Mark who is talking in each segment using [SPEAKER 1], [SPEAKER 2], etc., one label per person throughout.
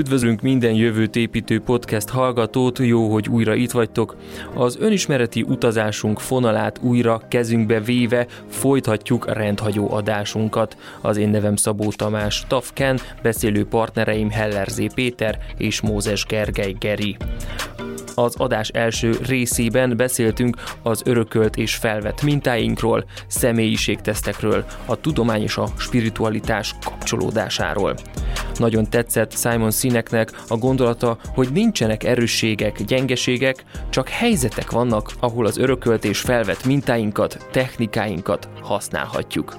[SPEAKER 1] Üdvözlünk minden jövőt építő podcast hallgatót, jó, hogy újra itt vagytok. Az önismereti utazásunk fonalát újra kezünkbe véve folytatjuk rendhagyó adásunkat. Az én nevem Szabó Tamás Tafken, beszélő partnereim Heller Zé Péter és Mózes Gergely Geri. Az adás első részében beszéltünk az örökölt és felvett mintáinkról, személyiségtesztekről, a tudomány és a spiritualitás kapcsolódásáról. Nagyon tetszett Simon Sineknek a gondolata, hogy nincsenek erősségek, gyengeségek, csak helyzetek vannak, ahol az örökölt és felvett mintáinkat, technikáinkat használhatjuk.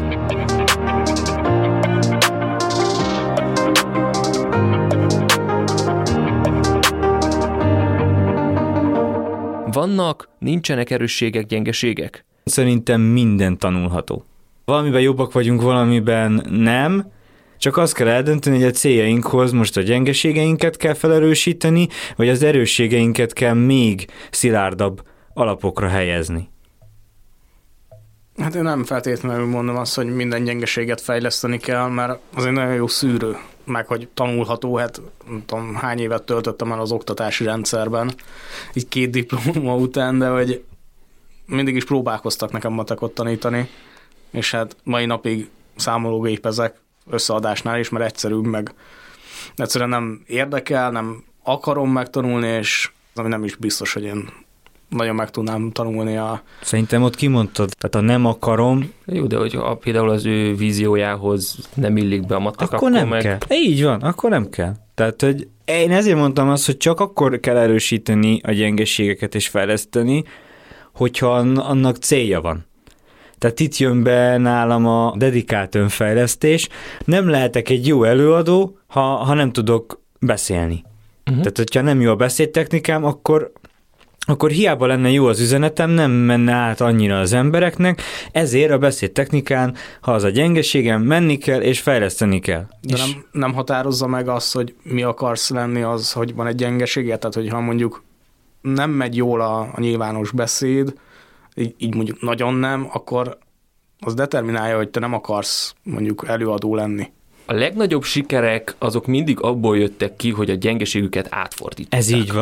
[SPEAKER 1] Vannak, nincsenek erősségek, gyengeségek?
[SPEAKER 2] Szerintem minden tanulható. Valamiben jobbak vagyunk, valamiben nem, csak azt kell eldönteni, hogy a céljainkhoz most a gyengeségeinket kell felerősíteni, vagy az erősségeinket kell még szilárdabb alapokra helyezni.
[SPEAKER 3] Hát én nem feltétlenül mondom azt, hogy minden gyengeséget fejleszteni kell, mert az egy nagyon jó szűrő, meg hogy tanulható, hát nem tudom, hány évet töltöttem el az oktatási rendszerben, így 2 diploma után, de hogy mindig is próbálkoztak nekem matekot tanítani, és hát mai napig számológépezek összeadásnál is, mert egyszerűbb, meg egyszerűen nem érdekel, nem akarom megtanulni, és ami nem is biztos, hogy én nagyon meg tudnám tanulni
[SPEAKER 2] Szerintem ott kimondtad, tehát a nem akarom.
[SPEAKER 1] Jó, de hogy például az ő víziójához nem illik be a matek,
[SPEAKER 2] akkor nem kell. Így van, akkor nem kell. Tehát, hogy én ezért mondtam azt, hogy csak akkor kell erősíteni a gyengeségeket és fejleszteni, hogyha annak célja van. Tehát itt jön be nálam a dedikált önfejlesztés. Nem lehetek egy jó előadó, ha nem tudok beszélni. Tehát, hogyha nem jó a beszédtechnikám, akkor hiába lenne jó az üzenetem, nem menne át annyira az embereknek, ezért a beszédtechnikán, ha az a gyengeségem, menni kell és fejleszteni kell.
[SPEAKER 3] De nem határozza meg azt, hogy mi akarsz lenni, az, hogy van egy gyengesége? Tehát, hogyha mondjuk nem megy jól a nyilvános beszéd, így mondjuk nagyon nem, akkor az determinálja, hogy te nem akarsz mondjuk előadó lenni.
[SPEAKER 1] A legnagyobb sikerek azok mindig abból jöttek ki, hogy a gyengeségüket átfordították.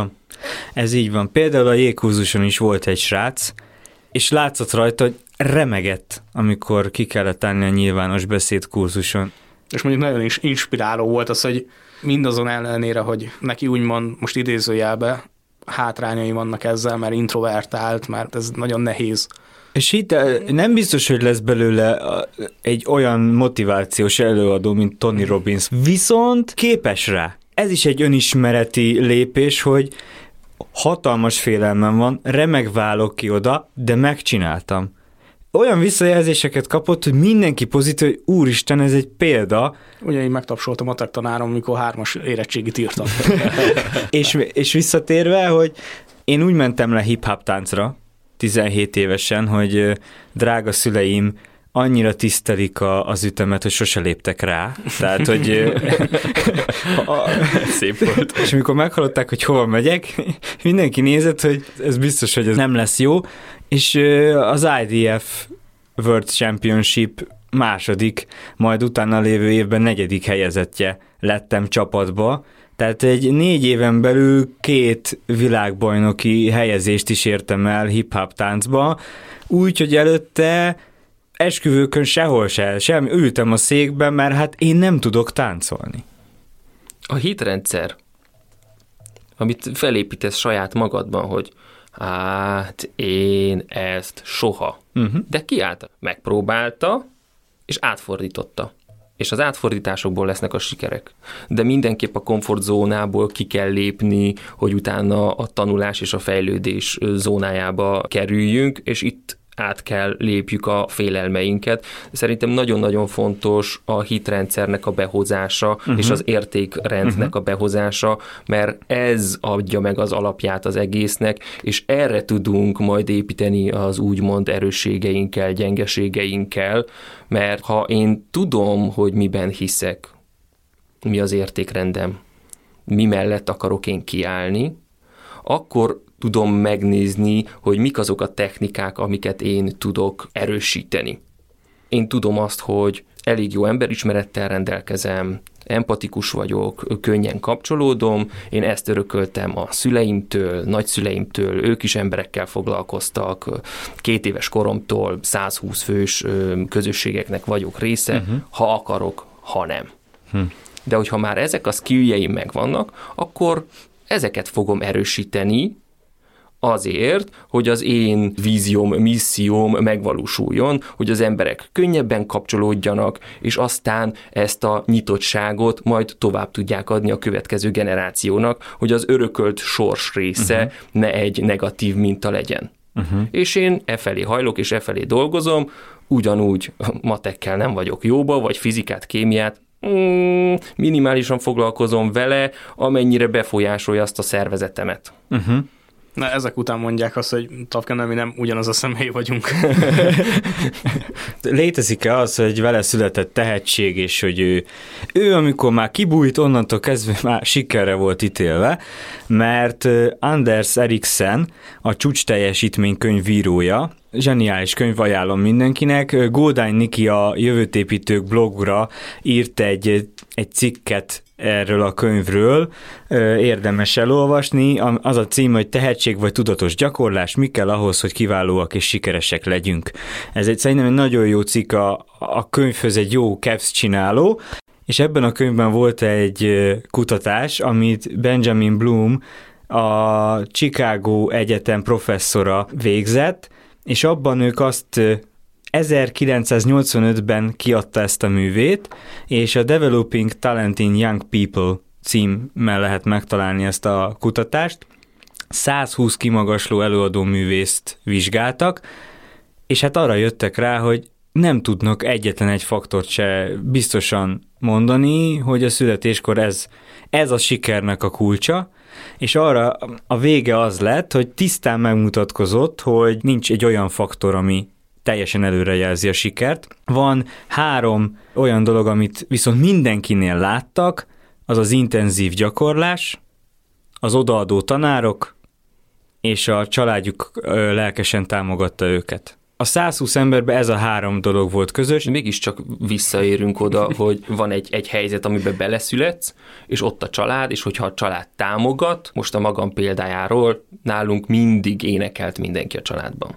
[SPEAKER 2] Ez így van. Például a jégkurzuson is volt egy srác, és látszott rajta, hogy remegett, amikor ki kellett állni a nyilvános beszédkurzuson. És
[SPEAKER 3] mondjuk nagyon is inspiráló volt az, hogy mindazon ellenére, hogy neki úgymond most idézőjelbe hátrányai vannak ezzel, mert introvertált, mert ez nagyon nehéz.
[SPEAKER 2] És itt nem biztos, hogy lesz belőle egy olyan motivációs előadó, mint Tony Robbins, viszont képes rá. Ez is egy önismereti lépés, hogy hatalmas félelmem van, remegve állok ki oda, de megcsináltam. Olyan visszajelzéseket kapott, hogy mindenki pozitív, hogy úristen, ez egy példa.
[SPEAKER 3] Ugye én megtapsoltam a tanárom, amikor 3-as érettségit írtam.
[SPEAKER 2] és visszatérve, hogy én úgy mentem le hip-hop táncra, 17 évesen, hogy drága szüleim annyira tisztelik az ütemet, hogy sose léptek rá. Tehát, hogy...
[SPEAKER 1] Szép volt.
[SPEAKER 2] És amikor meghallották, hogy hova megyek, mindenki nézett, hogy ez biztos, hogy ez nem lesz jó, és az IDF World Championship második, majd utána lévő évben 4. helyezettje lettem csapatba. Tehát egy 4 éven belül 2 világbajnoki helyezést is értem el hip-hop táncba, úgy, hogy előtte esküvőkön sehol sem ültem a székben, mert hát én nem tudok táncolni.
[SPEAKER 1] A hitrendszer, amit felépítesz saját magadban, hogy hát én ezt soha. De kiállt, megpróbálta, és átfordította. És az átfordításokból lesznek a sikerek. De mindenképp a komfortzónából ki kell lépni, hogy utána a tanulás és a fejlődés zónájába kerüljünk, és itt át kell lépjük a félelmeinket. Szerintem nagyon-nagyon fontos a hitrendszernek a behozása és az értékrendnek a behozása, mert ez adja meg az alapját az egésznek, és erre tudunk majd építeni az úgymond erősségeinkkel, gyengeségeinkkel, mert ha én tudom, hogy miben hiszek, mi az értékrendem, mi mellett akarok én kiállni, akkor tudom megnézni, hogy mik azok a technikák, amiket én tudok erősíteni. Én tudom azt, hogy elég jó emberismerettel rendelkezem, empatikus vagyok, könnyen kapcsolódom, én ezt örököltem a szüleimtől, nagyszüleimtől, ők is emberekkel foglalkoztak, 2 éves koromtól 120 fős közösségeknek vagyok része, ha akarok, ha nem. De hogyha már ezek a skilljeim megvannak, akkor ezeket fogom erősíteni azért, hogy az én vízióm, misszióm megvalósuljon, hogy az emberek könnyebben kapcsolódjanak, és aztán ezt a nyitottságot majd tovább tudják adni a következő generációnak, hogy az örökölt sors része ne egy negatív minta legyen. És én efelé hajlok, és efelé dolgozom, ugyanúgy matekkel nem vagyok jóba, vagy fizikát, kémiát, minimálisan foglalkozom vele, amennyire befolyásolja azt a szervezetemet.
[SPEAKER 3] Na, ezek után mondják azt, hogy Tapken, mi nem ugyanaz a személy vagyunk.
[SPEAKER 2] Létezik-e az, hogy vele született tehetség, és hogy ő amikor már kibújt, onnantól kezdve már sikerre volt ítélve, mert Anders Eriksen, a Csúcs teljesítmény könyvírója, zseniális könyv, ajánlom mindenkinek. Goldány Niki a Jövőtépítők blogra írt egy cikket erről a könyvről, érdemes elolvasni. Az a cím, hogy Tehetség vagy tudatos gyakorlás, mi kell ahhoz, hogy kiválóak és sikeresek legyünk. Ez szerintem egy nagyon jó cikk, a könyvhöz egy jó cap's csináló, és ebben a könyvben volt egy kutatás, amit Benjamin Bloom, a Chicago Egyetem professzora végzett, és abban ők azt 1985-ben kiadta ezt a művét, és a Developing Talent in Young People címmel lehet megtalálni ezt a kutatást. 120 kimagasló előadó művészt vizsgáltak, és hát arra jöttek rá, hogy nem tudnak egyetlen egy faktort se biztosan mondani, hogy a születéskor ez a sikernek a kulcsa, és arra a vége az lett, hogy tisztán megmutatkozott, hogy nincs egy olyan faktor, ami teljesen előrejelzi a sikert. Van 3 olyan dolog, amit viszont mindenkinél láttak, az az intenzív gyakorlás, az odaadó tanárok, és a családjuk lelkesen támogatta őket. A 120 emberben ez a 3 dolog volt közös.
[SPEAKER 1] Mégiscsak visszaérünk oda, hogy van egy helyzet, amiben beleszületsz, és ott a család, és hogyha a család támogat, most a magam példájáról nálunk mindig énekelt mindenki a családban.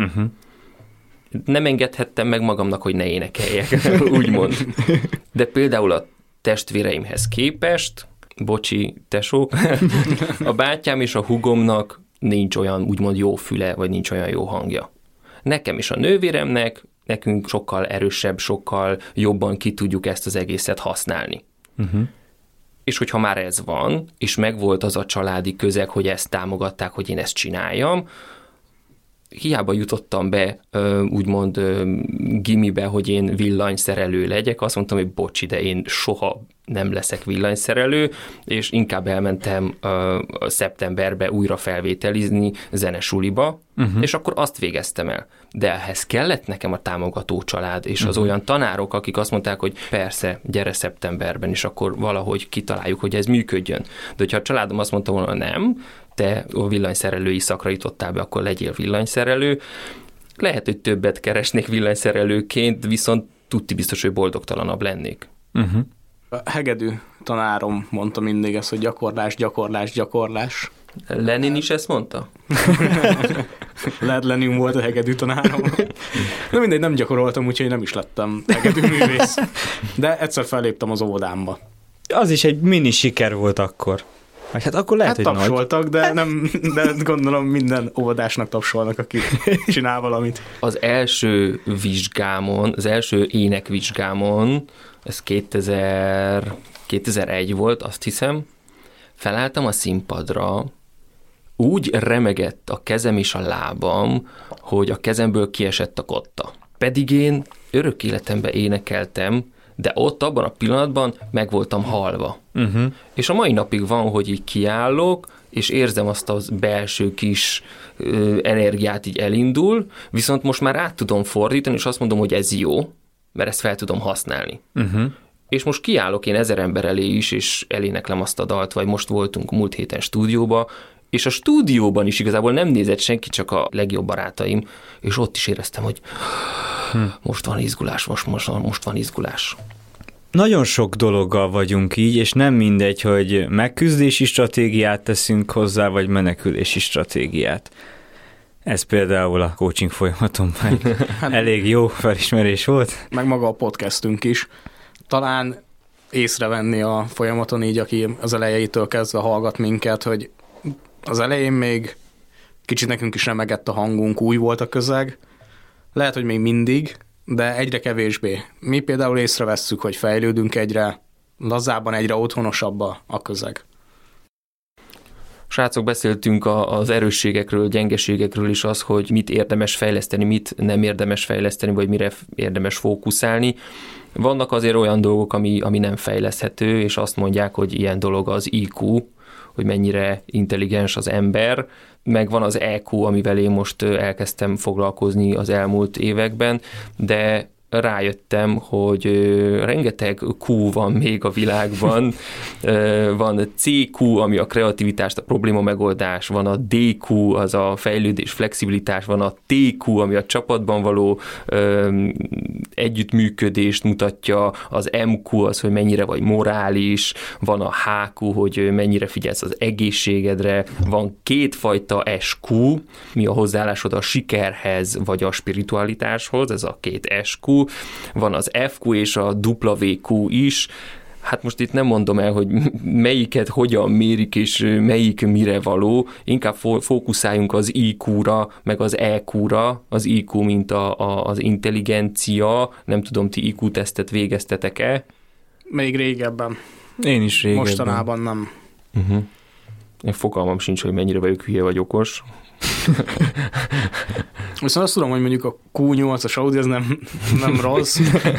[SPEAKER 1] Nem engedhettem meg magamnak, hogy ne énekeljek, úgymond. De például a testvéreimhez képest, bocsi, tesók, a bátyám és a hugomnak nincs olyan úgymond jó füle, vagy nincs olyan jó hangja. Nekem és a nővéremnek, nekünk sokkal erősebb, sokkal jobban ki tudjuk ezt az egészet használni. És hogyha már ez van, és megvolt az a családi közeg, hogy ezt támogatták, hogy én ezt csináljam, hiába jutottam be, úgymond gimibe, hogy én villanyszerelő legyek, azt mondtam, hogy bocsi, de én soha nem leszek villanyszerelő, és inkább elmentem szeptemberbe újra felvételizni zenesuliba, és akkor azt végeztem el. De ehhez kellett nekem a támogató család, és az olyan tanárok, akik azt mondták, hogy persze, gyere szeptemberben, és akkor valahogy kitaláljuk, hogy ez működjön. De hogyha a családom azt mondta volna, nem, te a villanyszerelői szakra jutottál be, akkor legyél villanyszerelő. Lehet, hogy többet keresnék villanyszerelőként, viszont tudti biztos, hogy boldogtalanabb lennék.
[SPEAKER 3] A hegedű tanárom mondta mindig ezt, hogy gyakorlás, gyakorlás, gyakorlás.
[SPEAKER 1] Lenin is ezt mondta?
[SPEAKER 3] Lehet Lenin volt a hegedű tanárom. De mindegy, nem gyakoroltam, úgyhogy nem is lettem hegedűművész. De egyszer felléptem az óvodámba.
[SPEAKER 2] Az is egy mini siker volt akkor. Hát akkor lehet, hogy
[SPEAKER 3] tapsoltak,
[SPEAKER 2] nagy.
[SPEAKER 3] de gondolom minden óvodásnak tapsolnak, aki csinál valamit.
[SPEAKER 1] Az első vizsgámon, az első énekvizsgámon, ez 2001 volt, azt hiszem, felálltam a színpadra, úgy remegett a kezem és a lábam, hogy a kezemből kiesett a kotta. Pedig én örök életemben énekeltem, de ott abban a pillanatban meg voltam halva. És a mai napig van, hogy így kiállok, és érzem azt az belső kis energiát, így elindul, viszont most már át tudom fordítani, és azt mondom, hogy ez jó, mert ezt fel tudom használni. És most kiállok én 1000 ember elé is, és eléneklem azt a dalt, vagy most voltunk múlt héten stúdióba, és a stúdióban is igazából nem nézett senki, csak a legjobb barátaim, és ott is éreztem, hogy most van izgulás, most van izgulás.
[SPEAKER 2] nagyon sok dologgal vagyunk így, és nem mindegy, hogy megküzdési stratégiát teszünk hozzá, vagy menekülési stratégiát. Ez például a coaching folyamaton elég jó felismerés volt.
[SPEAKER 3] Meg maga a podcastünk is. Talán észrevenni a folyamaton így, aki az elejétől kezdve hallgat minket, hogy az elején még kicsit nekünk is remegett a hangunk, új volt a közeg. Lehet, hogy még mindig, de egyre kevésbé. Mi például észrevesszük, hogy fejlődünk egyre lazábban, egyre otthonosabb a közeg.
[SPEAKER 1] Srácok, beszéltünk az erősségekről, gyengeségekről is, az, hogy mit érdemes fejleszteni, mit nem érdemes fejleszteni, vagy mire érdemes fókuszálni. Vannak azért olyan dolgok, ami nem fejleszthető, és azt mondják, hogy ilyen dolog az IQ, hogy mennyire intelligens az ember, meg van az EQ, amivel én most elkezdtem foglalkozni az elmúlt években, de rájöttem, hogy rengeteg Q van még a világban. Van CQ, ami a kreativitást, a probléma megoldás, van a DQ, az a fejlődés, flexibilitás, van a TQ, ami a csapatban való együttműködést mutatja, az MQ az, hogy mennyire vagy morális, van a HQ, hogy mennyire figyelsz az egészségedre, van kétfajta SQ, mi a hozzáállásod a sikerhez, vagy a spiritualitáshoz, ez a két SQ, van az FQ és a WQ is. Hát most itt nem mondom el, hogy melyiket hogyan mérik, és melyik mire való, inkább fókuszáljunk az IQ-ra, meg az EQ-ra, az IQ, mint az intelligencia, nem tudom, ti IQ-tesztet végeztetek-e?
[SPEAKER 3] Még régebben.
[SPEAKER 2] Én is régebben.
[SPEAKER 3] Mostanában nem.
[SPEAKER 1] Én fogalmam sincs, hogy mennyire vagyok hülye vagy okos.
[SPEAKER 3] Viszont azt tudom, hogy mondjuk a Q8-as Audi az nem rossz.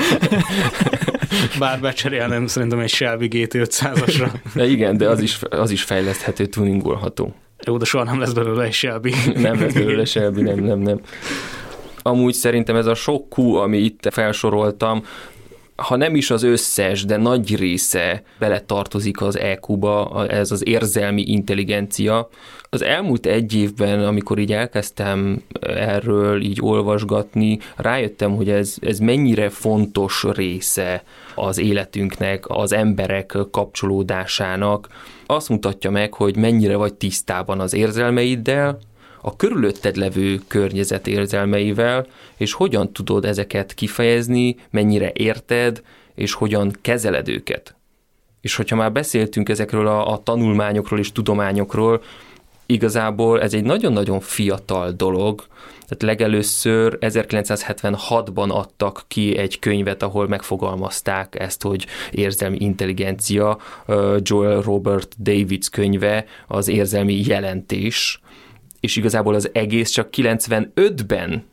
[SPEAKER 3] Bár becserélnem szerintem egy Shelby GT500-asra.
[SPEAKER 1] De igen, de az is fejleszthető, tuningolható.
[SPEAKER 3] Jó, de soha nem lesz belőle egy Shelby.
[SPEAKER 1] Nem lesz belőle Shelby, nem. Amúgy szerintem ez a sok Q, ami itt felsoroltam, ha nem is az összes, de nagy része beletartozik az EQ-ba, ez az érzelmi intelligencia. Az elmúlt egy évben, amikor így elkezdtem erről így olvasgatni, rájöttem, hogy ez mennyire fontos része az életünknek, az emberek kapcsolódásának. Azt mutatja meg, hogy mennyire vagy tisztában az érzelmeiddel, a körülötted levő környezet érzelmeivel, és hogyan tudod ezeket kifejezni, mennyire érted, és hogyan kezeled őket. És hogyha már beszéltünk ezekről a tanulmányokról és tudományokról, igazából ez egy nagyon-nagyon fiatal dolog. Tehát legelőször 1976-ban adtak ki egy könyvet, ahol megfogalmazták ezt, hogy érzelmi intelligencia, Joel Robert Davids könyve, az érzelmi jelentés, és igazából az egész csak 95-ben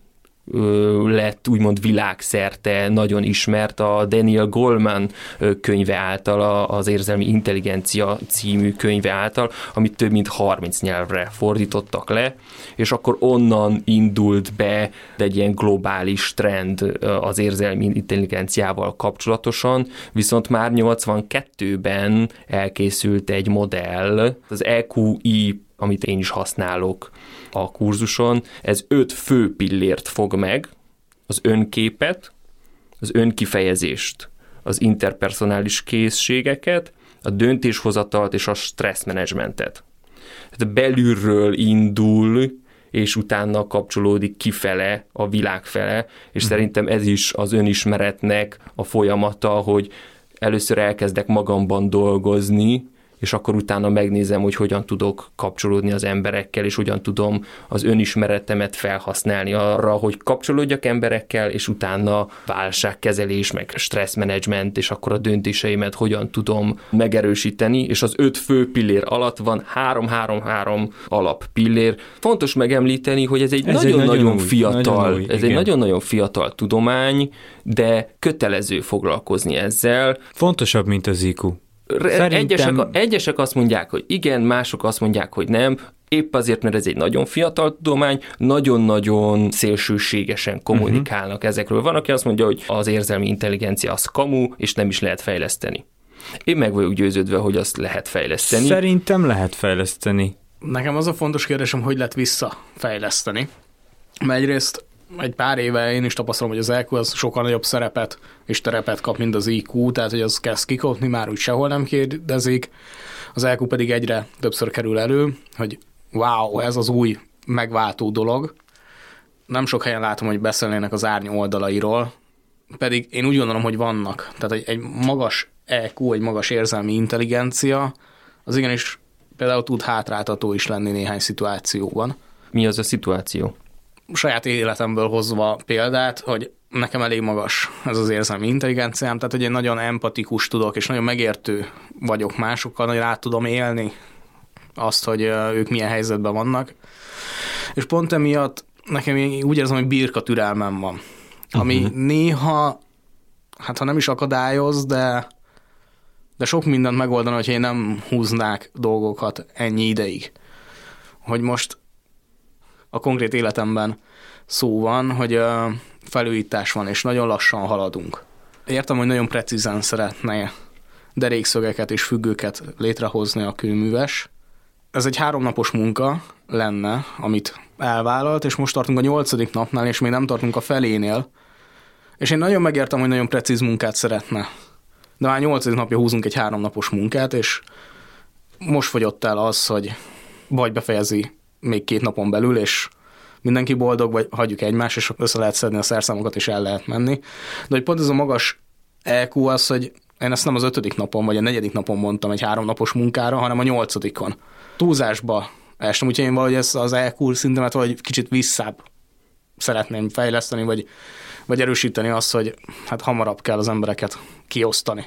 [SPEAKER 1] lett úgymond világszerte nagyon ismert a Daniel Goleman könyve által, az Érzelmi Intelligencia című könyve által, amit több mint 30 nyelvre fordítottak le, és akkor onnan indult be egy ilyen globális trend az érzelmi intelligenciával kapcsolatosan, viszont már 82-ben elkészült egy modell, az EQI, amit én is használok a kurzuson, ez 5 fő pillért fog meg, az önképet, az önkifejezést, az interpersonális készségeket, a döntéshozatalt és a stresszmenedzsmentet. Tehát belülről indul, és utána kapcsolódik kifele, a világ fele, és szerintem ez is az önismeretnek a folyamata, hogy először elkezdek magamban dolgozni, és akkor utána megnézem, hogy hogyan tudok kapcsolódni az emberekkel, és hogyan tudom az önismeretemet felhasználni arra, hogy kapcsolódjak emberekkel, és utána válságkezelés, meg stresszmenedzsment, és akkor a döntéseimet hogyan tudom megerősíteni, és az 5 fő pillér alatt van 3 alappillér. Fontos megemlíteni, hogy ez egy nagyon-nagyon fiatal, ez egy nagyon-nagyon fiatal tudomány, de kötelező foglalkozni ezzel.
[SPEAKER 2] Fontosabb, mint az IQ.
[SPEAKER 1] Egyesek azt mondják, hogy igen, mások azt mondják, hogy nem, épp azért, mert ez egy nagyon fiatal tudomány, nagyon-nagyon szélsőségesen kommunikálnak ezekről. Van, aki azt mondja, hogy az érzelmi intelligencia az kamu, és nem is lehet fejleszteni. Én meg vagyok győződve, hogy azt lehet fejleszteni.
[SPEAKER 2] Szerintem lehet fejleszteni.
[SPEAKER 3] Nekem az a fontos kérdésem, hogy lehet visszafejleszteni. Mert egyrészt egy pár éve én is tapasztalom, hogy az EQ az sokkal nagyobb szerepet és terepet kap, mint az IQ, tehát hogy az kezd kikopni, már úgy sehol nem kérdezik, az EQ pedig egyre többször kerül elő, hogy wow, ez az új megváltó dolog. Nem sok helyen látom, hogy beszélnének az árny oldalairól, pedig én úgy gondolom, hogy vannak. Tehát egy magas EQ, egy magas érzelmi intelligencia, az igenis például tud hátráltató is lenni néhány szituációban.
[SPEAKER 1] Mi az a szituáció?
[SPEAKER 3] Saját életemből hozva példát, hogy nekem elég magas ez az érzelmi intelligenciám, tehát hogy én nagyon empatikus tudok, és nagyon megértő vagyok másokkal, nagyon át tudom élni azt, hogy ők milyen helyzetben vannak. És pont emiatt nekem úgy érzem, hogy birka türelmem van. Ami néha, hát ha nem is akadályoz, de sok mindent megoldana, hogyha én nem húznák dolgokat ennyi ideig. Hogy most a konkrét életemben szó van, hogy felújítás van, és nagyon lassan haladunk. Értem, hogy nagyon precízen szeretne derékszögeket és függőket létrehozni a kőműves. Ez egy 3 napos munka lenne, amit elvállalt, és most tartunk a 8. napnál, és még nem tartunk a felénél. És én nagyon megértem, hogy nagyon precíz munkát szeretne. De már 8. napja húzunk egy 3 napos munkát, és most fogyott el az, hogy vagy befejezi még 2 napon belül, és mindenki boldog, vagy hagyjuk egymást, és össze lehet szedni a szerszámokat, és el lehet menni. De hogy pont ez a magas EQ az, hogy én ezt nem az 5. napon, vagy a 4. napon mondtam egy 3 napos munkára, hanem a 8. Túlzásba estem, úgyhogy én valahogy ezt az EQ szintemet valahogy kicsit visszább szeretném fejleszteni, vagy erősíteni azt, hogy hát hamarabb kell az embereket kiosztani.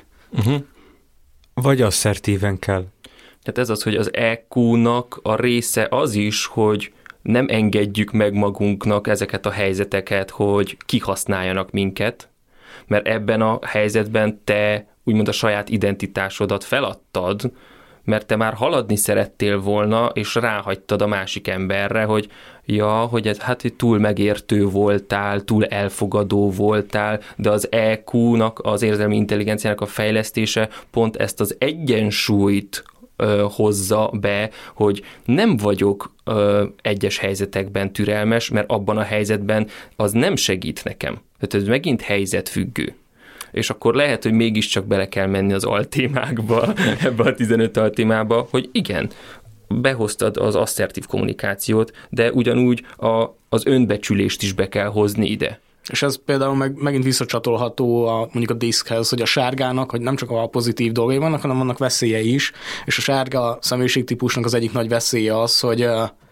[SPEAKER 2] Vagy asszertíven kell.
[SPEAKER 1] Tehát ez az, hogy az EQ-nak a része az is, hogy nem engedjük meg magunknak ezeket a helyzeteket, hogy kihasználjanak minket, mert ebben a helyzetben te úgymond a saját identitásodat feladtad, mert te már haladni szerettél volna, és ráhagytad a másik emberre, hogy hogy túl megértő voltál, túl elfogadó voltál, de az EQ-nak, az érzelmi intelligenciának a fejlesztése pont ezt az egyensúlyt hozza be, hogy nem vagyok egyes helyzetekben türelmes, mert abban a helyzetben az nem segít nekem. Tehát ez megint helyzetfüggő. És akkor lehet, hogy mégiscsak bele kell menni az altémákba, ebbe a 15 altémába, hogy igen, behoztad az asszertív kommunikációt, de ugyanúgy az önbecsülést is be kell hozni ide.
[SPEAKER 3] És ez például megint visszacsatolható mondjuk a diszkhez, hogy a sárgának, hogy nem csak a pozitív dolgai vannak, hanem vannak veszélyei is, és a sárga személyiségtípusnak az egyik nagy veszélye az, hogy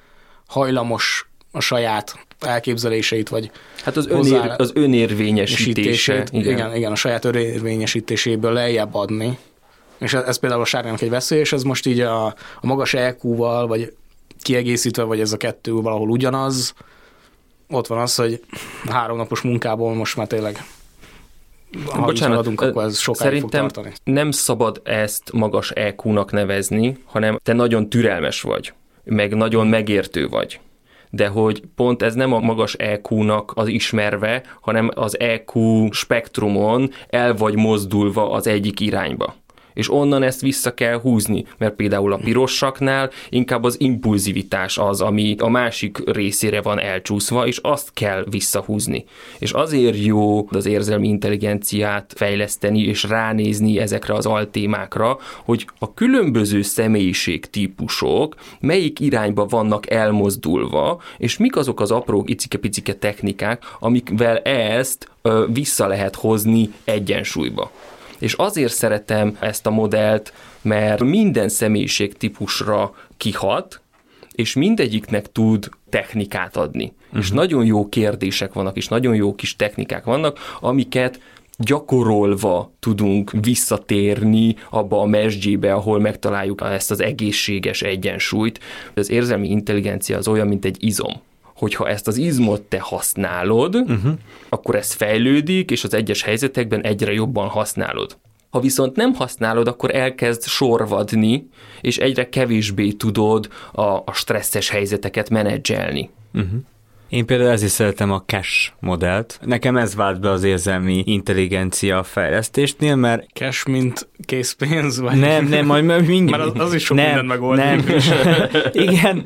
[SPEAKER 3] hajlamos a saját elképzeléseit, vagy
[SPEAKER 1] hát az önérvényesítése.
[SPEAKER 3] Igen, a saját önérvényesítéséből lejjebb adni. És ez például a sárgának egy veszély, és ez most így a magas EQ-val, vagy kiegészítve, vagy ez a kettő valahol ugyanaz, ott van az, hogy 3 napos munkából most már tényleg haladunk, akkor ez sokáig fog tartani.
[SPEAKER 1] Nem szabad ezt magas EQ-nak nevezni, hanem te nagyon türelmes vagy, meg nagyon megértő vagy. De hogy pont ez nem a magas EQ-nak az ismerve, hanem az EQ spektrumon el vagy mozdulva az egyik irányba. És onnan ezt vissza kell húzni, mert például a pirossaknál inkább az impulzivitás az, ami a másik részére van elcsúszva, és azt kell visszahúzni. És azért jó az érzelmi intelligenciát fejleszteni, és ránézni ezekre az altémákra, hogy a különböző személyiségtípusok melyik irányba vannak elmozdulva, és mik azok az apró icike-picike technikák, amikvel ezt vissza lehet hozni egyensúlyba. És azért szeretem ezt a modellt, mert minden személyiségtípusra kihat, és mindegyiknek tud technikát adni. És nagyon jó kérdések vannak, és nagyon jó kis technikák vannak, amiket gyakorolva tudunk visszatérni abba a mesdjébe, ahol megtaláljuk ezt az egészséges egyensúlyt. Az érzelmi intelligencia az olyan, mint egy izom. Hogyha ezt az izmot te használod, akkor ez fejlődik, és az egyes helyzetekben egyre jobban használod. Ha viszont nem használod, akkor elkezd sorvadni, és egyre kevésbé tudod a stresszes helyzeteket menedzselni.
[SPEAKER 2] Én például ezért szeretem a cash modellt. Nekem ez vált be az érzelmi intelligencia fejlesztésnél, mert...
[SPEAKER 3] Cash, mint készpénz? Vagy?
[SPEAKER 2] Nem, majd mindjárt...
[SPEAKER 3] Mert az is sok mindent megold.
[SPEAKER 2] Nem, igen,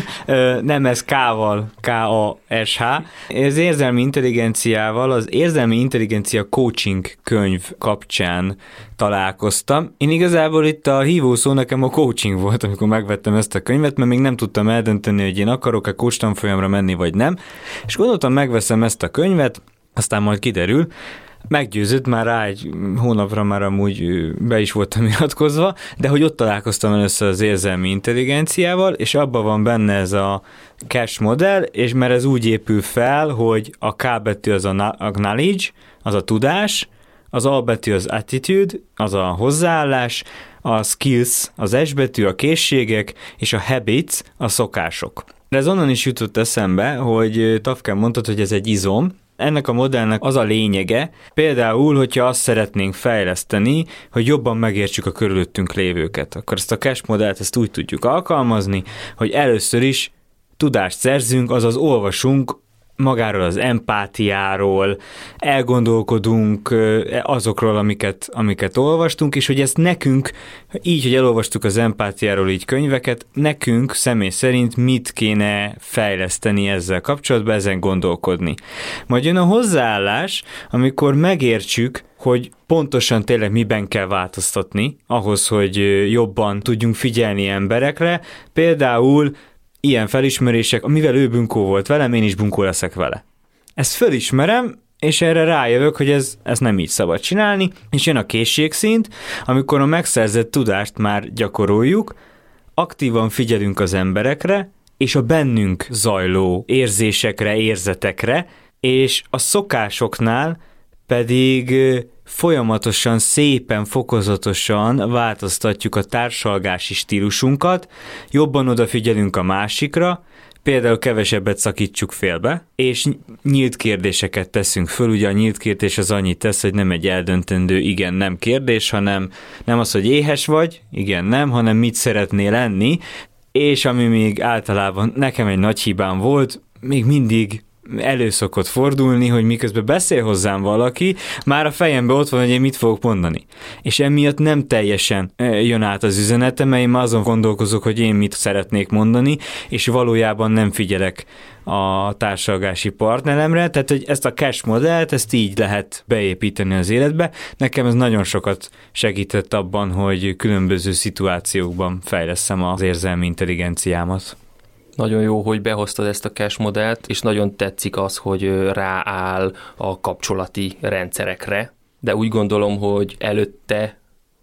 [SPEAKER 2] nem, ez K-val, K-A-S-H. Az érzelmi intelligenciával, az érzelmi intelligencia coaching könyv kapcsán találkoztam. Én igazából itt a hívószó nekem a coaching volt, amikor megvettem ezt a könyvet, mert még nem tudtam eldönteni, hogy én akarok-e coach tanfolyamra menni, vagy nem. És gondoltam, megveszem ezt a könyvet, aztán majd kiderül. Meggyőzött már rá egy hónapra, már amúgy be is voltam iratkozva, de hogy ott találkoztam először az érzelmi intelligenciával, és abban van benne ez a cash modell, és mert ez úgy épül fel, hogy a K betű az a knowledge, az a tudás, az A betű az attitude, az a hozzáállás, a skills, az S betű a készségek, és a habits, a szokások. De ez onnan is jutott eszembe, hogy Tafkán mondtad, hogy ez egy izom. Ennek a modellnek az a lényege, például, hogyha azt szeretnénk fejleszteni, hogy jobban megértsük a körülöttünk lévőket, akkor ezt a cash modellt ezt úgy tudjuk alkalmazni, hogy először is tudást szerzünk, azaz olvasunk magáról az empátiáról, elgondolkodunk azokról, amiket olvastunk, és hogy ezt nekünk, így, hogy elolvastuk az empátiáról így könyveket, nekünk személy szerint mit kéne fejleszteni ezzel kapcsolatban, ezen gondolkodni. Majd jön a hozzáállás, amikor megértsük, hogy pontosan tényleg miben kell változtatni, ahhoz, hogy jobban tudjunk figyelni emberekre, például ilyen felismerések, amivel ő bunkó volt velem, én is bunkó leszek vele. Ezt felismerem, és erre rájövök, hogy ez nem így szabad csinálni, és jön a készségszint, amikor a megszerzett tudást már gyakoroljuk, aktívan figyelünk az emberekre, és a bennünk zajló érzésekre, érzetekre, és a szokásoknál pedig folyamatosan, szépen, fokozatosan változtatjuk a társalgási stílusunkat, jobban odafigyelünk a másikra, például kevesebbet szakítsuk félbe, és nyílt kérdéseket teszünk föl. Ugye a nyílt kérdés az annyit tesz, hogy nem egy eldöntendő igen-nem kérdés, hanem nem az, hogy éhes vagy, igen-nem, hanem mit szeretnél lenni, és ami még általában nekem egy nagy hibám volt, még mindig elő szokott fordulni, hogy miközben beszél hozzám valaki, már a fejemben ott van, hogy én mit fogok mondani. És emiatt nem teljesen jön át az üzenetem, mert én már azon gondolkozok, hogy én mit szeretnék mondani, és valójában nem figyelek a társalgási partneremre, tehát hogy ezt a cash modellt, ezt így lehet beépíteni az életbe. Nekem ez nagyon sokat segített abban, hogy különböző szituációkban fejlesszem az érzelmi intelligenciámat.
[SPEAKER 1] Nagyon jó, hogy behoztad ezt a cash modellt, és nagyon tetszik az, hogy rááll a kapcsolati rendszerekre, de úgy gondolom, hogy előtte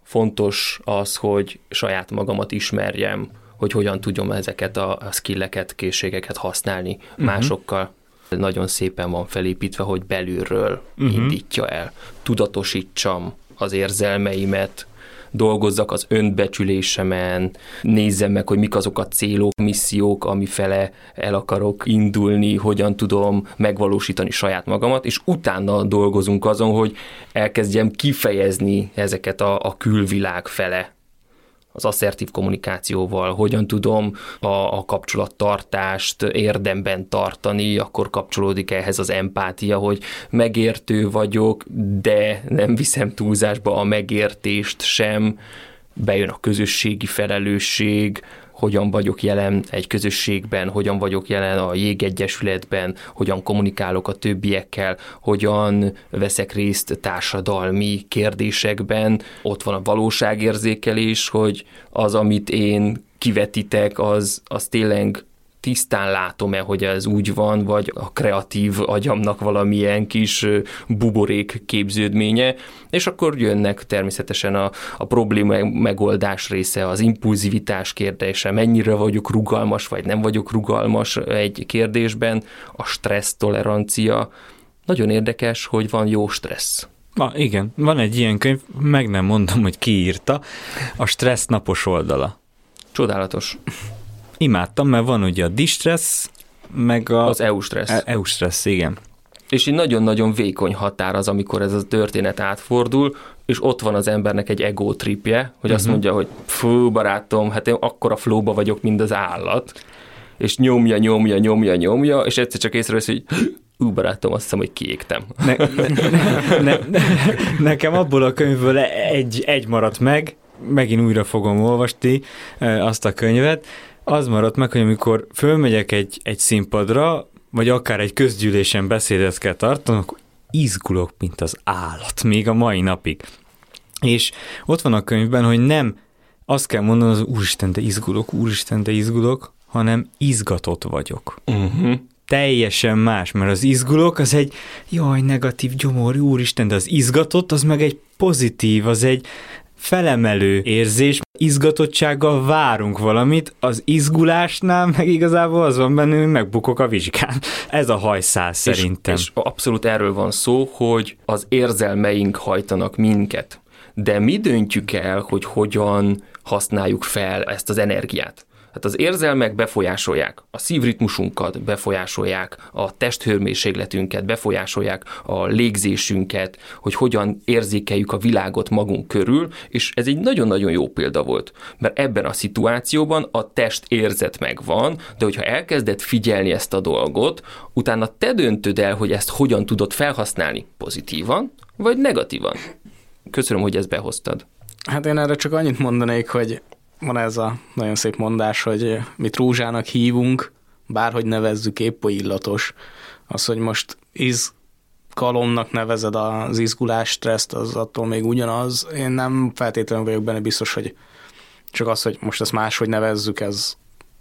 [SPEAKER 1] fontos az, hogy saját magamat ismerjem, hogy hogyan tudjam ezeket a skilleket, készségeket használni másokkal. Nagyon szépen van felépítve, hogy belülről indítja el. Tudatosítsam az érzelmeimet, dolgozzak az önbecsülésemen, nézzem meg, hogy mik azok a célok, missziók, amifele el akarok indulni, hogyan tudom megvalósítani saját magamat, és utána dolgozunk azon, hogy elkezdjem kifejezni ezeket a külvilág fele. Az asszertív kommunikációval, hogyan tudom a kapcsolattartást érdemben tartani, akkor kapcsolódik ehhez az empátia, hogy megértő vagyok, de nem viszem túlzásba a megértést sem, bejön a közösségi felelősség, hogyan vagyok jelen egy közösségben, hogyan vagyok jelen a jégegyesületben, hogyan kommunikálok a többiekkel, hogyan veszek részt társadalmi kérdésekben. Ott van a valóságérzékelés, hogy az, amit én kivetítek, az tényleg tisztán látom-e, hogy ez úgy van, vagy a kreatív agyamnak valamilyen kis buborék képződménye, és akkor jönnek természetesen a probléma megoldás része, az impulzivitás kérdése, mennyire vagyok rugalmas, vagy nem vagyok rugalmas egy kérdésben, a stressz tolerancia. Nagyon érdekes, hogy van jó stressz.
[SPEAKER 2] Igen, van egy ilyen könyv, meg nem mondom, hogy ki írta, a stressz napos oldala.
[SPEAKER 1] Csodálatos.
[SPEAKER 2] Imádtam, mert van ugye a distress, meg
[SPEAKER 1] az EU-stressz.
[SPEAKER 2] EU-stressz, igen.
[SPEAKER 1] És így nagyon-nagyon vékony határ az, amikor ez a történet átfordul, és ott van az embernek egy ego tripje, hogy azt mondja, hogy fú, barátom, hát én akkora flowba vagyok, mint az állat. és nyomja, és egyszer csak észrevesz, hogy barátom, azt hiszem, hogy kiégtem.
[SPEAKER 2] Nekem abból a könyvből egy maradt meg, megint újra fogom olvasni azt a könyvet, az maradt meg, hogy amikor fölmegyek egy színpadra, vagy akár egy közgyűlésen beszédet kell tartanom, akkor izgulok, mint az állat, még a mai napig. És ott van a könyvben, hogy nem azt kell mondanom, hogy úristen, de izgulok, hanem izgatott vagyok. Teljesen más, mert az izgulok az egy negatív gyomor, úristen, de az izgatott az meg egy pozitív, az egy felemelő érzés, izgatottsággal várunk valamit, az izgulásnál meg igazából az van benne, hogy megbukok a vizsgán. Ez a hajszál szerintem.
[SPEAKER 1] És abszolút erről van szó, hogy az érzelmeink hajtanak minket. De mi döntjük el, hogy hogyan használjuk fel ezt az energiát. Hát az érzelmek befolyásolják a szívritmusunkat, befolyásolják a testhőmérsékletünket, befolyásolják a légzésünket, hogy hogyan érzékeljük a világot magunk körül, és ez egy nagyon-nagyon jó példa volt, mert ebben a szituációban a test érzet megvan, de hogyha elkezded figyelni ezt a dolgot, utána te döntöd el, hogy ezt hogyan tudod felhasználni, pozitívan vagy negatívan. Köszönöm, hogy ezt behoztad.
[SPEAKER 3] Hát én erre csak annyit mondanék, hogy van ez a nagyon szép mondás, hogy mit rózsának hívunk, bárhogy nevezzük, épp oly illatos. Az, hogy most izgalomnak nevezed az izgulás, stresszt, az attól még ugyanaz. Én nem feltétlenül vagyok benne biztos, hogy csak az, hogy most ezt máshogy nevezzük, ez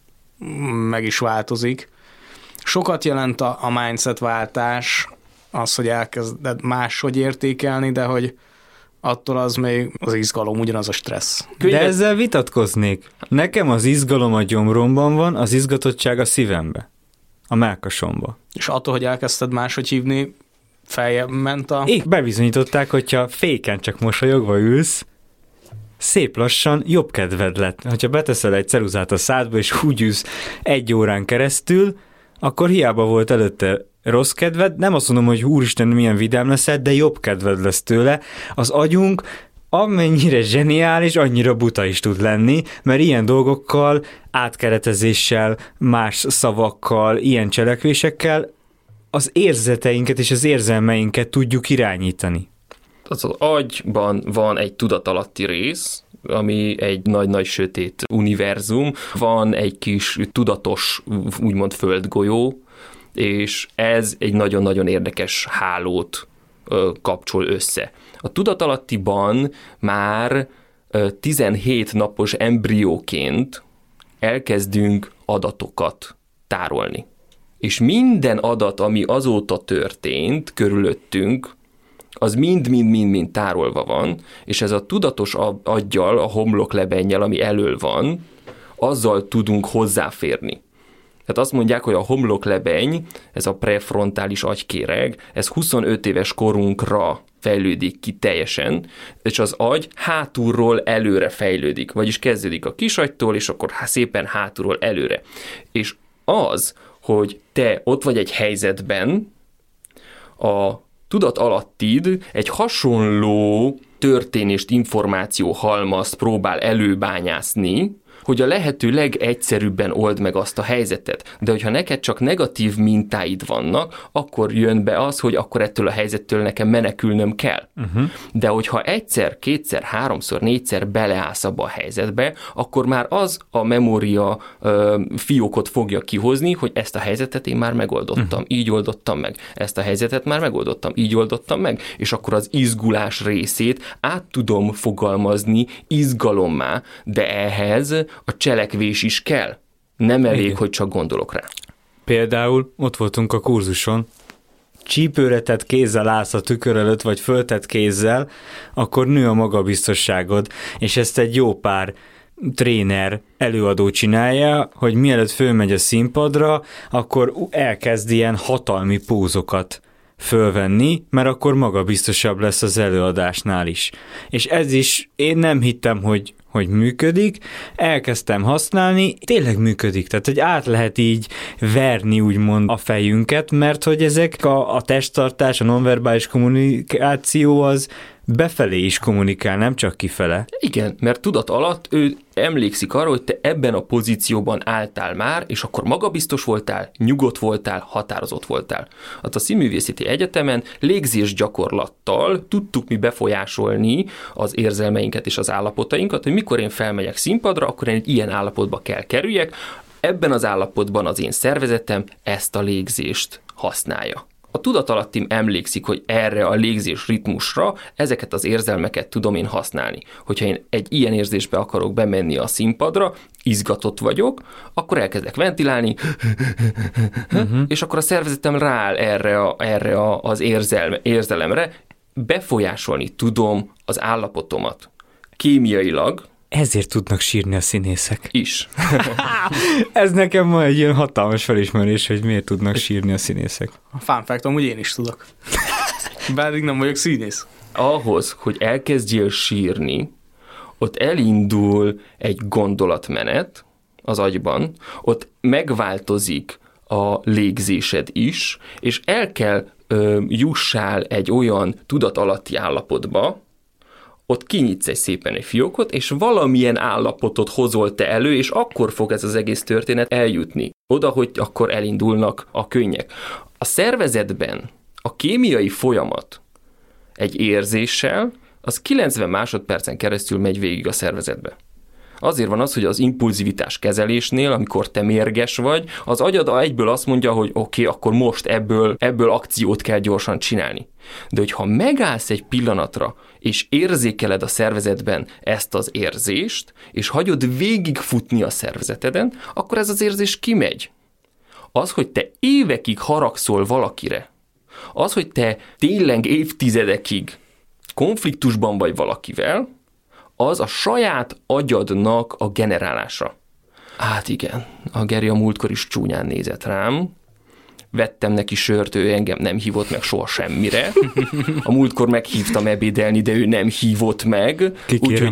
[SPEAKER 3] meg is változik. Sokat jelent a mindset váltás, az, hogy elkezded máshogy értékelni, de hogy attól az még az izgalom, ugyanaz a stressz.
[SPEAKER 2] De ezzel vitatkoznék. Nekem az izgalom a gyomromban van, az izgatottság a szívembe, a mellkasomba.
[SPEAKER 3] És attól, hogy elkezdted máshogy hívni, feljebb ment a...
[SPEAKER 2] Bebizonyították, hogyha féken csak mosolyogva ülsz, szép lassan jobb kedved lett. Ha beteszel egy ceruzát a szádba, és úgy ülsz 1 órán keresztül, akkor hiába volt előtte rossz kedved, nem azt mondom, hogy úristen, milyen vidám leszel, de jobb kedved lesz tőle. Az agyunk amennyire zseniális, annyira buta is tud lenni, mert ilyen dolgokkal, átkeretezéssel, más szavakkal, ilyen cselekvésekkel az érzeteinket és az érzelmeinket tudjuk irányítani.
[SPEAKER 1] Az agyban van egy tudatalatti rész, ami egy nagy-nagy sötét univerzum, van egy kis tudatos, úgymond földgolyó, és ez egy nagyon-nagyon érdekes hálót kapcsol össze. A tudatalattiban már 17 napos embrióként elkezdünk adatokat tárolni. És minden adat, ami azóta történt körülöttünk, az mind tárolva van, és ez a tudatos aggyal, a homloklebennyel, ami elől van, azzal tudunk hozzáférni. Tehát azt mondják, hogy a homloklebeny, ez a prefrontális agykéreg, ez 25 éves korunkra fejlődik ki teljesen, és az agy hátulról előre fejlődik, vagyis kezdődik a kisagytól, és akkor szépen hátulról előre. És az, hogy te ott vagy egy helyzetben, a tudatalattid egy hasonló történést, információ halmazt próbál előbányászni, hogy a lehető legegyszerűbben old meg azt a helyzetet. De hogyha neked csak negatív mintáid vannak, akkor jön be az, hogy akkor ettől a helyzettől nekem menekülnöm kell. De hogyha egyszer, kétszer, háromszor, négyszer beleállsz abba a helyzetbe, akkor már az a memória fiókot fogja kihozni, hogy ezt a helyzetet én már megoldottam, így oldottam meg. Ezt a helyzetet már megoldottam, így oldottam meg. És akkor az izgulás részét át tudom fogalmazni izgalommá, de ehhez a cselekvés is kell. Nem elég, igen, hogy csak gondolok rá.
[SPEAKER 2] Például ott voltunk a kurzuson, csípőre tett kézzel állsz a tükör előtt, vagy föltett kézzel, akkor nő a magabiztosságod, és ezt egy jó pár tréner, előadó csinálja, hogy mielőtt fölmegy a színpadra, akkor elkezd ilyen hatalmi pózokat fölvenni, mert akkor magabiztosabb lesz az előadásnál is. És ez is, én nem hittem, hogy működik, elkezdtem használni, tényleg működik, tehát hogy át lehet így verni úgymond a fejünket, mert hogy ezek a testtartás, a nonverbális kommunikáció az befelé is kommunikál, nem csak kifele.
[SPEAKER 1] Igen, mert tudat alatt ő emlékszik arra, hogy te ebben a pozícióban álltál már, és akkor magabiztos voltál, nyugodt voltál, határozott voltál. Hát a Színművészeti Egyetemen légzés gyakorlattal tudtuk mi befolyásolni az érzelmeinket és az állapotainkat, hogy mikor én felmegyek színpadra, akkor én egy ilyen állapotba kell kerüljek, ebben az állapotban az én szervezetem ezt a légzést használja. A tudatalattim emlékszik, hogy erre a légzés ritmusra ezeket az érzelmeket tudom én használni. Hogyha én egy ilyen érzésbe akarok bemenni a színpadra, izgatott vagyok, akkor elkezdek ventilálni, és akkor a szervezetem rááll erre az érzelemre, befolyásolni tudom az állapotomat. Kémiailag,
[SPEAKER 2] ezért tudnak sírni a színészek.
[SPEAKER 1] Is.
[SPEAKER 2] Ez nekem ma egy ilyen hatalmas felismerés, hogy miért tudnak sírni a színészek.
[SPEAKER 3] A fun fact, amúgy én is tudok. Bár nem vagyok színész.
[SPEAKER 1] Ahhoz, hogy elkezdjél sírni, ott elindul egy gondolatmenet az agyban, ott megváltozik a légzésed is, és el kell jussál egy olyan tudatalatti állapotba, ott kinyitsz szépen egy fiókot, és valamilyen állapotot hozol te elő, és akkor fog ez az egész történet eljutni. Oda, hogy akkor elindulnak a könnyek. A szervezetben a kémiai folyamat egy érzéssel, az 90 másodpercen keresztül megy végig a szervezetbe. Azért van az, hogy az impulzivitás kezelésnél, amikor te mérges vagy, az agyad egyből azt mondja, hogy oké, akkor most ebből akciót kell gyorsan csinálni. De hogyha megállsz egy pillanatra, és érzékeled a szervezetben ezt az érzést, és hagyod végigfutni a szervezeteden, akkor ez az érzés kimegy. Az, hogy te évekig haragszol valakire, az, hogy te tényleg évtizedekig konfliktusban vagy valakivel, az a saját agyadnak a generálása. Hát igen, a Geri a múltkor is csúnyán nézett rám, vettem neki sört, ő engem nem hívott meg soha semmire. A múltkor meghívtam ebédelni, de ő nem hívott meg. Úgyhogy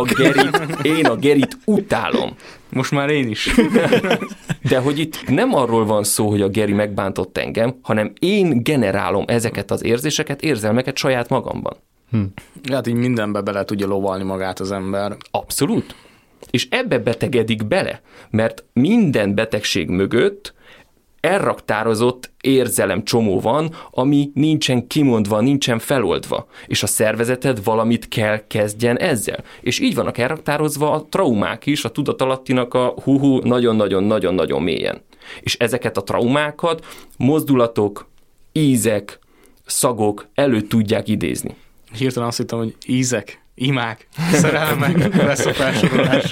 [SPEAKER 1] én a Gerit utálom.
[SPEAKER 3] Most már én is.
[SPEAKER 1] De hogy itt nem arról van szó, hogy a Geri megbántott engem, hanem én generálom ezeket az érzéseket, érzelmeket saját magamban.
[SPEAKER 3] Hát így mindenbe bele tudja lovalni magát az ember.
[SPEAKER 1] Abszolút. És ebbe betegedik bele, mert minden betegség mögött elraktározott érzelem csomó van, ami nincsen kimondva, nincsen feloldva, és a szervezeted valamit kell kezdjen ezzel. És így vannak elraktározva a traumák is, a tudatalattinak a nagyon-nagyon-nagyon-nagyon mélyen. És ezeket a traumákat mozdulatok, ízek, szagok elő tudják idézni.
[SPEAKER 3] Hirtelen azt hittem, hogy ízek, imák, szerelmek, lesz a felsorolás.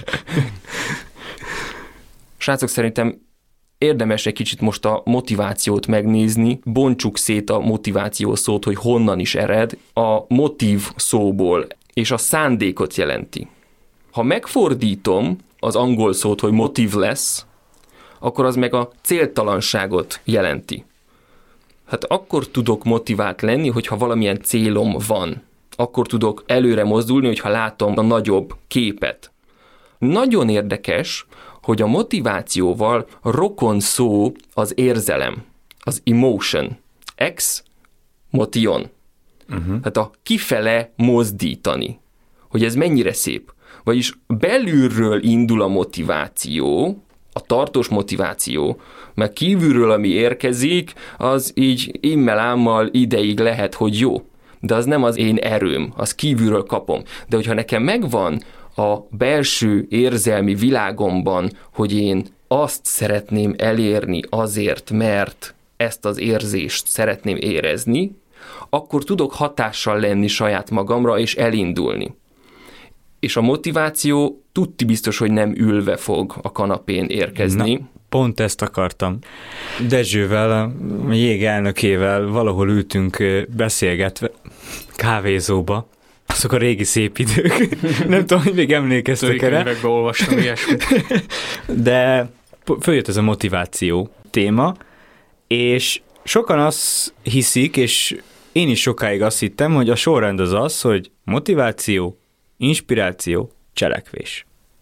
[SPEAKER 1] Srácok, szerintem érdemes egy kicsit most a motivációt megnézni, bontsuk szét a motiváció szót, hogy honnan is ered, a motív szóból, és a szándékot jelenti. Ha megfordítom az angol szót, hogy motiveless, akkor az meg a céltalanságot jelenti. Hát akkor tudok motivált lenni, hogyha valamilyen célom van. Akkor tudok előre mozdulni, hogyha látom a nagyobb képet. Nagyon érdekes, hogy a motivációval rokon szó az érzelem, az emotion, motion. Hát a kifele mozdítani. Hogy ez mennyire szép. Vagyis belülről indul a motiváció, a tartós motiváció, mert kívülről, ami érkezik, az így immel-ámmal ideig lehet, hogy jó. De az nem az én erőm, az kívülről kapom. De hogyha nekem megvan a belső érzelmi világomban, hogy én azt szeretném elérni azért, mert ezt az érzést szeretném érezni, akkor tudok hatással lenni saját magamra és elindulni. És a motiváció tudti biztos, hogy nem ülve fog a kanapén érkezni.
[SPEAKER 2] Na, pont ezt akartam. Dezsővel, a Jég elnökével valahol ültünk beszélgetve kávézóba. Azok a régi szép idők. Nem tudom, hogy még emlékeztek erre.
[SPEAKER 3] Könyvekbe olvastam ilyesmit.
[SPEAKER 2] De följött ez a motiváció téma, és sokan azt hiszik, és én is sokáig azt hittem, hogy a sorrend az, hogy motiváció, inspiráció, cselekvés.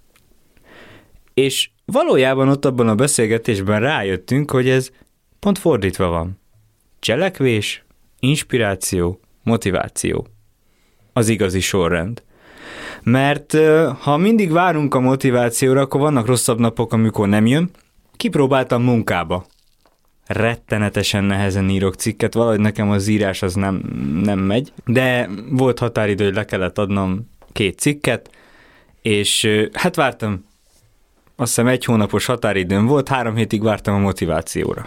[SPEAKER 2] És valójában ott abban a beszélgetésben rájöttünk, hogy ez pont fordítva van. Cselekvés, inspiráció, motiváció. az igazi sorrend. Mert ha mindig várunk a motivációra, akkor vannak rosszabb napok, amikor nem jön. Kipróbáltam munkába. Rettenetesen nehezen írok cikket, valahogy nekem az írás az nem megy, de volt határidő, hogy le kellett adnom 2 cikket, és hát vártam, azt hiszem 1 hónapos határidőm volt, 3 hétig vártam a motivációra.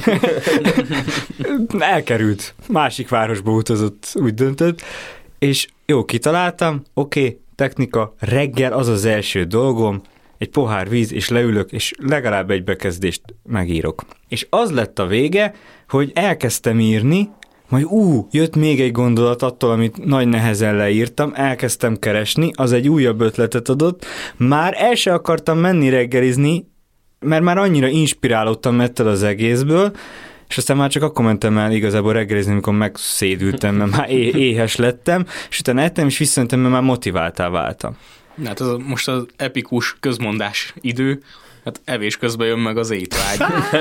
[SPEAKER 2] Elkerült, másik városba utazott, úgy döntött, és jó, kitaláltam, oké, technika, reggel az az első dolgom, egy pohár víz, és leülök, és legalább egy bekezdést megírok. És az lett a vége, hogy elkezdtem írni, majd jött még egy gondolat attól, amit nagy nehezen leírtam, elkezdtem keresni, az egy újabb ötletet adott, már el se akartam menni reggelizni, mert már annyira inspirálódtam ettől az egészből, és aztán már csak akkor mentem el igazából reggelizni, amikor megszédültem, mert már éhes lettem, és utána ettem, és visszajöttem, mert már motiváltá váltam.
[SPEAKER 3] Hát most az epikus közmondás idő, hát evés közben jön meg az étvágy.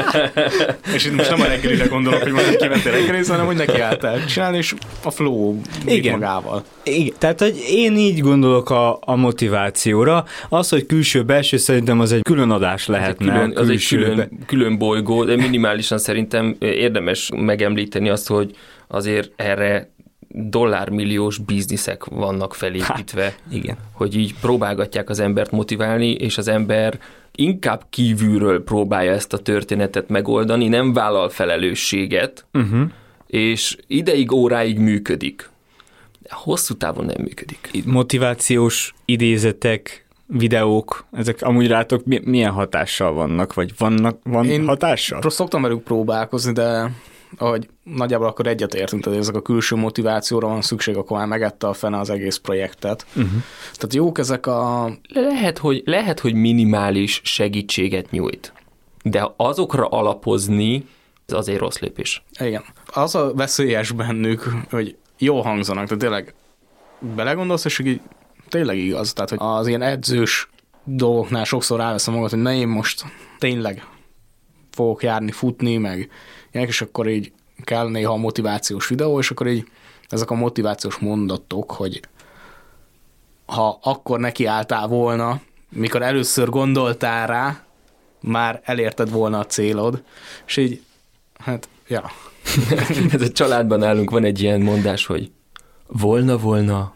[SPEAKER 3] És itt most nem a reggelire gondolok, hogy most kivettél reggelizni, hanem hogy neki álltál csinálni, és a flow magával.
[SPEAKER 2] Igen, tehát hogy én így gondolok a motivációra. Az, hogy külső-belső, szerintem az egy külön adás lehetne.
[SPEAKER 1] Az egy külön bolygó, de minimálisan szerintem érdemes megemlíteni azt, hogy azért erre dollármilliós bizniszek vannak felépítve,
[SPEAKER 2] igen.
[SPEAKER 1] Hogy így próbálgatják az embert motiválni, és az ember inkább kívülről próbálja ezt a történetet megoldani, nem vállal felelősséget, és ideig, óráig működik. De hosszú távon nem működik.
[SPEAKER 2] Motivációs idézetek, videók, ezek amúgy rátok milyen hatással vannak, vagy van hatással?
[SPEAKER 3] Szoktam velük próbálkozni, de ahogy nagyjából akkor egyetértünk, hogy ezek a külső motivációra van szükség, akkor már megette a fene az egész projektet. Tehát jók ezek a...
[SPEAKER 1] Lehet, hogy minimális segítséget nyújt, de azokra alapozni, ez azért rossz lépés.
[SPEAKER 3] Igen. Az a veszélyes bennük, hogy jól hangzanak, tehát tényleg belegondolsz, és így tényleg igaz. Tehát, hogy az ilyen edzős dolgoknál sokszor ráveszem magad, hogy én most tényleg fogok járni, futni, meg ilyenek, és akkor így kell néha a motivációs videó, és akkor így ezek a motivációs mondatok, hogy ha akkor nekiálltál volna, mikor először gondoltál rá, már elérted volna a célod, és így, hát, ja.
[SPEAKER 1] Ez a családban nálunk van egy ilyen mondás, hogy volna.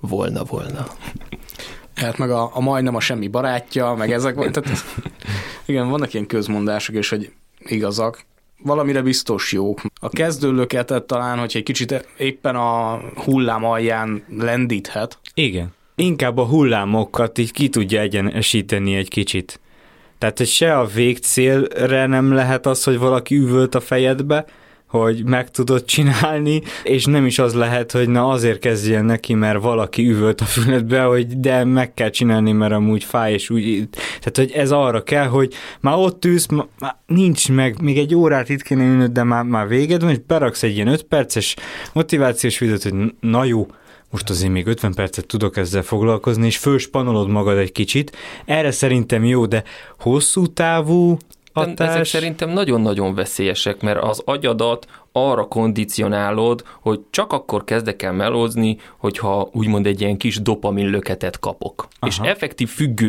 [SPEAKER 3] Hát meg a majdnem a semmi barátja, meg ezek van, tehát igen, vannak ilyen közmondások, és hogy igazak. Valamire biztos jók. A kezdőlöketet talán, hogy egy kicsit éppen a hullám alján lendíthet.
[SPEAKER 2] Igen. Inkább a hullámokat így ki tudja egyenesíteni egy kicsit. Tehát, hogy se a végcélre nem lehet az, hogy valaki üvölt a fejedbe, hogy meg tudod csinálni, és nem is az lehet, hogy na azért kezdjen neki, mert valaki üvölt a füledbe, hogy de meg kell csinálni, mert amúgy fáj, és úgy, tehát hogy ez arra kell, hogy már ott ülsz, már nincs meg, még egy órát itt kéne ülnöd, de már véged van, és beraksz egy ilyen 5 perces motivációs videót, hogy na jó, most azért még 50 percet tudok ezzel foglalkozni, és fölspanolod magad egy kicsit. Erre szerintem jó, de hosszú távú hatás...
[SPEAKER 1] Ezek szerintem nagyon-nagyon veszélyesek, mert az agyadat arra kondicionálod, hogy csak akkor kezdek el melózni, hogyha úgymond egy ilyen kis dopamin löketet kapok. Aha. És effektív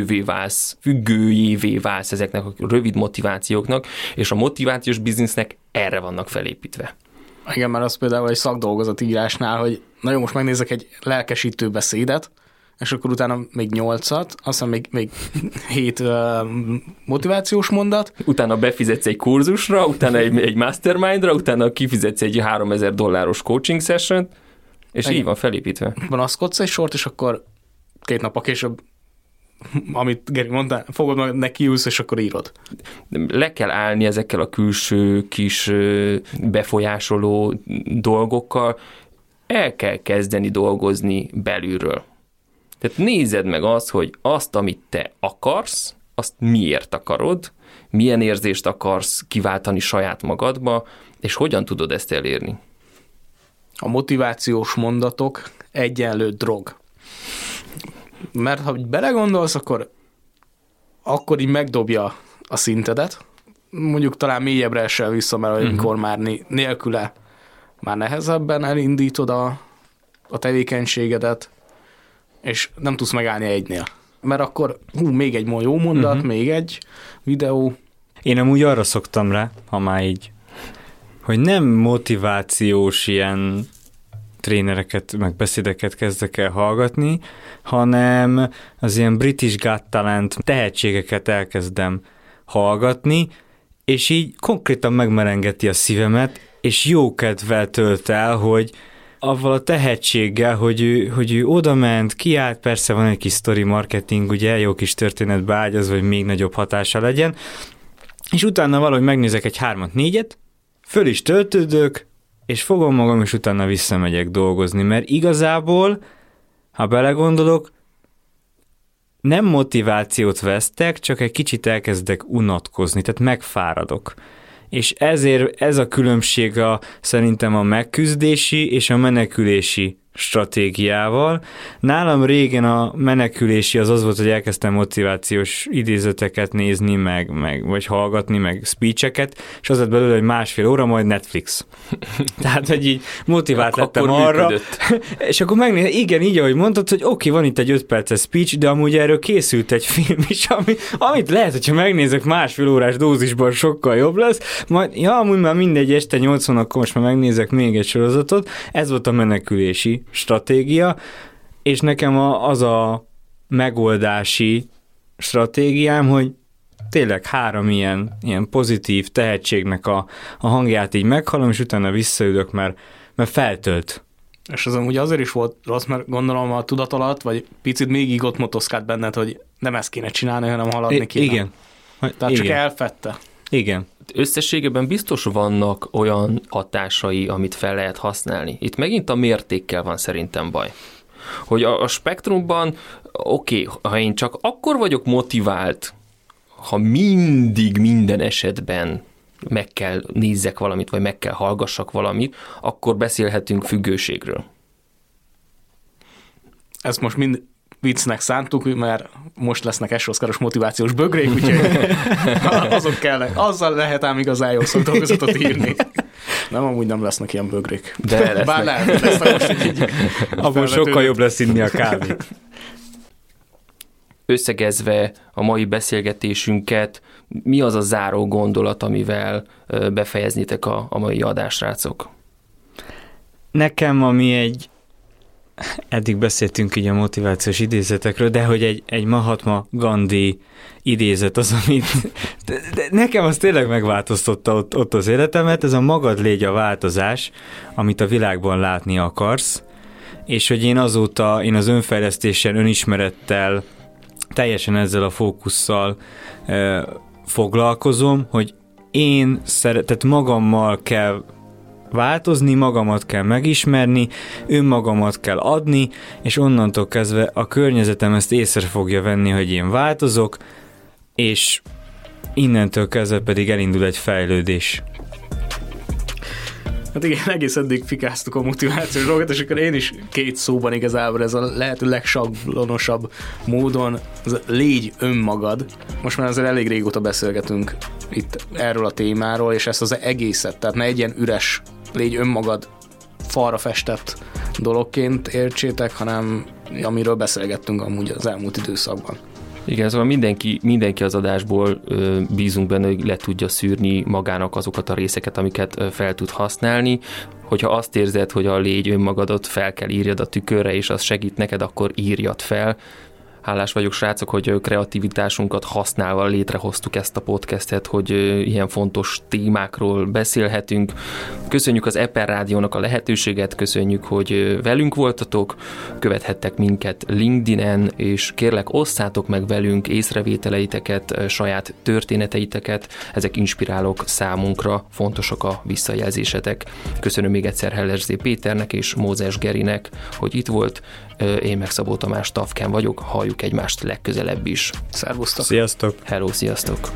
[SPEAKER 1] függőjévé válsz ezeknek a rövid motivációknak, és a motivációs biznisznek erre vannak felépítve.
[SPEAKER 3] Igen, mert az például egy szakdolgozatírásnál, hogy nagyon most megnézek egy lelkesítő beszédet, és akkor utána még 8-at, aztán még 7 motivációs mondat.
[SPEAKER 1] Utána befizetsz egy kurzusra, utána egy mastermindra, utána kifizetsz egy $3000 coaching session, és így van felépítve.
[SPEAKER 3] Panaszkodsz egy sort, és akkor 2 nappal később, amit Geri mondta, fogod meg, nekiülsz, és akkor írod.
[SPEAKER 1] Le kell állni ezekkel a külső kis befolyásoló dolgokkal, el kell kezdeni dolgozni belülről. Tehát nézed meg azt, hogy azt, amit te akarsz, azt miért akarod, milyen érzést akarsz kiváltani saját magadba, és hogyan tudod ezt elérni.
[SPEAKER 3] A motivációs mondatok egyenlő drog. Mert ha belegondolsz, akkor így megdobja a szintedet, mondjuk talán mélyebbre esel vissza, mert amikor már nélküle már nehezebben elindítod a tevékenységedet, és nem tudsz megállni egynél. Mert akkor még egy jó mondat, még egy videó.
[SPEAKER 2] Én amúgy arra szoktam rá, ha már így, hogy nem motivációs ilyen trénereket, meg beszédeket kezdek el hallgatni, hanem az ilyen British Got Talent tehetségeket elkezdem hallgatni, és így konkrétan megmerengeti a szívemet, és jó kedvel tölt el, hogy avval a tehetséggel, hogy ő oda ment, kiállt, persze van egy kis story marketing, ugye, jó kis történetbe ágyaz, vagy még nagyobb hatása legyen, és utána valahogy megnézek egy 3-4-et, föl is töltődök, és fogom magam, és utána visszamegyek dolgozni, mert igazából, ha belegondolok, nem motivációt vesztek, csak egy kicsit elkezdek unatkozni, tehát megfáradok. És ezért ez a különbség szerintem a megküzdési és a menekülési stratégiával. Nálam régen a menekülési az volt, hogy elkezdtem motivációs idézeteket nézni, vagy hallgatni, meg speecheket, és az lett belőle, hogy 1,5 óra, majd Netflix. Tehát, hogy így motivált lettem arra. És akkor megnézem, igen, így, ahogy mondtad, hogy oké, van itt egy 5 perces speech, de amúgy erről készült egy film is, amit lehet, hogyha megnézek 1,5 órás dózisban, sokkal jobb lesz. Majd, amúgy már mindegy, este 80, akkor most már megnézek még egy sorozatot. Ez volt a menekülési stratégia, és nekem az a megoldási stratégiám, hogy tényleg 3 ilyen pozitív tehetségnek a hangját így meghallom, és utána visszaüdök, mert feltölt.
[SPEAKER 3] És az amúgy azért is volt rossz, mert gondolom a tudat alatt, vagy picit még ott motoszkált benned, hogy nem ezt kéne csinálni, hanem haladni kéne.
[SPEAKER 2] Igen.
[SPEAKER 3] Tehát
[SPEAKER 2] igen.
[SPEAKER 3] Csak elfette.
[SPEAKER 2] Igen.
[SPEAKER 1] Összességében biztos vannak olyan hatásai, amit fel lehet használni. Itt megint a mértékkel van szerintem baj. Hogy a spektrumban, oké, ha én csak akkor vagyok motivált, ha mindig minden esetben meg kell nézzek valamit, vagy meg kell hallgassak valamit, akkor beszélhetünk függőségről.
[SPEAKER 3] Ezt most mind viccnek szántuk, mert most lesznek S-oszkáros motivációs bögrék, úgyhogy azok kellnek. Azzal lehet ám igazán jó szakdolgozatot írni. Nem, amúgy nem lesznek ilyen bögrék.
[SPEAKER 1] De lesznek.
[SPEAKER 3] Bár lehet, hogy lesznek most így.
[SPEAKER 2] Abból sokkal jobb lesz inni a kávét.
[SPEAKER 1] Összegezve a mai beszélgetésünket, mi az a záró gondolat, amivel befejeznétek a mai adást, srácok?
[SPEAKER 2] Nekem, ami eddig beszéltünk így a motivációs idézetekről, de hogy egy Mahatma Gandhi idézet az, amit de nekem az tényleg megváltoztatta ott az életemet, ez a magad légy a változás, amit a világban látni akarsz, és hogy én azóta az önfejlesztéssel, önismerettel, teljesen ezzel a fókusszal foglalkozom, hogy tehát magammal kell változni, magamat kell megismerni, önmagamat kell adni, és onnantól kezdve a környezetem ezt észre fogja venni, hogy én változok, és innentől kezdve pedig elindul egy fejlődés.
[SPEAKER 3] Hát igen, egész eddig fikáztuk a motivációs dolgot, és akkor én is 2 szóban igazából ez a lehető legsablonosabb módon, az légy önmagad. Most már azért elég régóta beszélgetünk itt erről a témáról, és ezt az egészet, tehát ne egy ilyen üres légy önmagad falra festett dologként értsétek, hanem amiről beszélgettünk amúgy az elmúlt időszakban.
[SPEAKER 1] Igen, szóval mindenki az adásból bízunk benne, hogy le tudja szűrni magának azokat a részeket, amiket fel tud használni. Hogyha azt érzed, hogy a légy önmagadat fel kell írjad a tükörre, és az segít neked, akkor írjad fel. Hálás vagyok, srácok, hogy kreativitásunkat használva létrehoztuk ezt a podcastet, hogy ilyen fontos témákról beszélhetünk. Köszönjük az Eper Rádiónak a lehetőséget, köszönjük, hogy velünk voltatok, követhettek minket LinkedIn-en, és kérlek, osszátok meg velünk észrevételeiteket, saját történeteiteket, ezek inspirálók számunkra, fontosak a visszajelzésetek. Köszönöm még egyszer Heller Zé Péternek és Mózes Gerinek, hogy itt volt. Én meg Szabó Tamás Tavken vagyok, halljuk egymást legközelebb is.
[SPEAKER 3] Szervusztok!
[SPEAKER 2] Sziasztok!
[SPEAKER 1] Hello, sziasztok!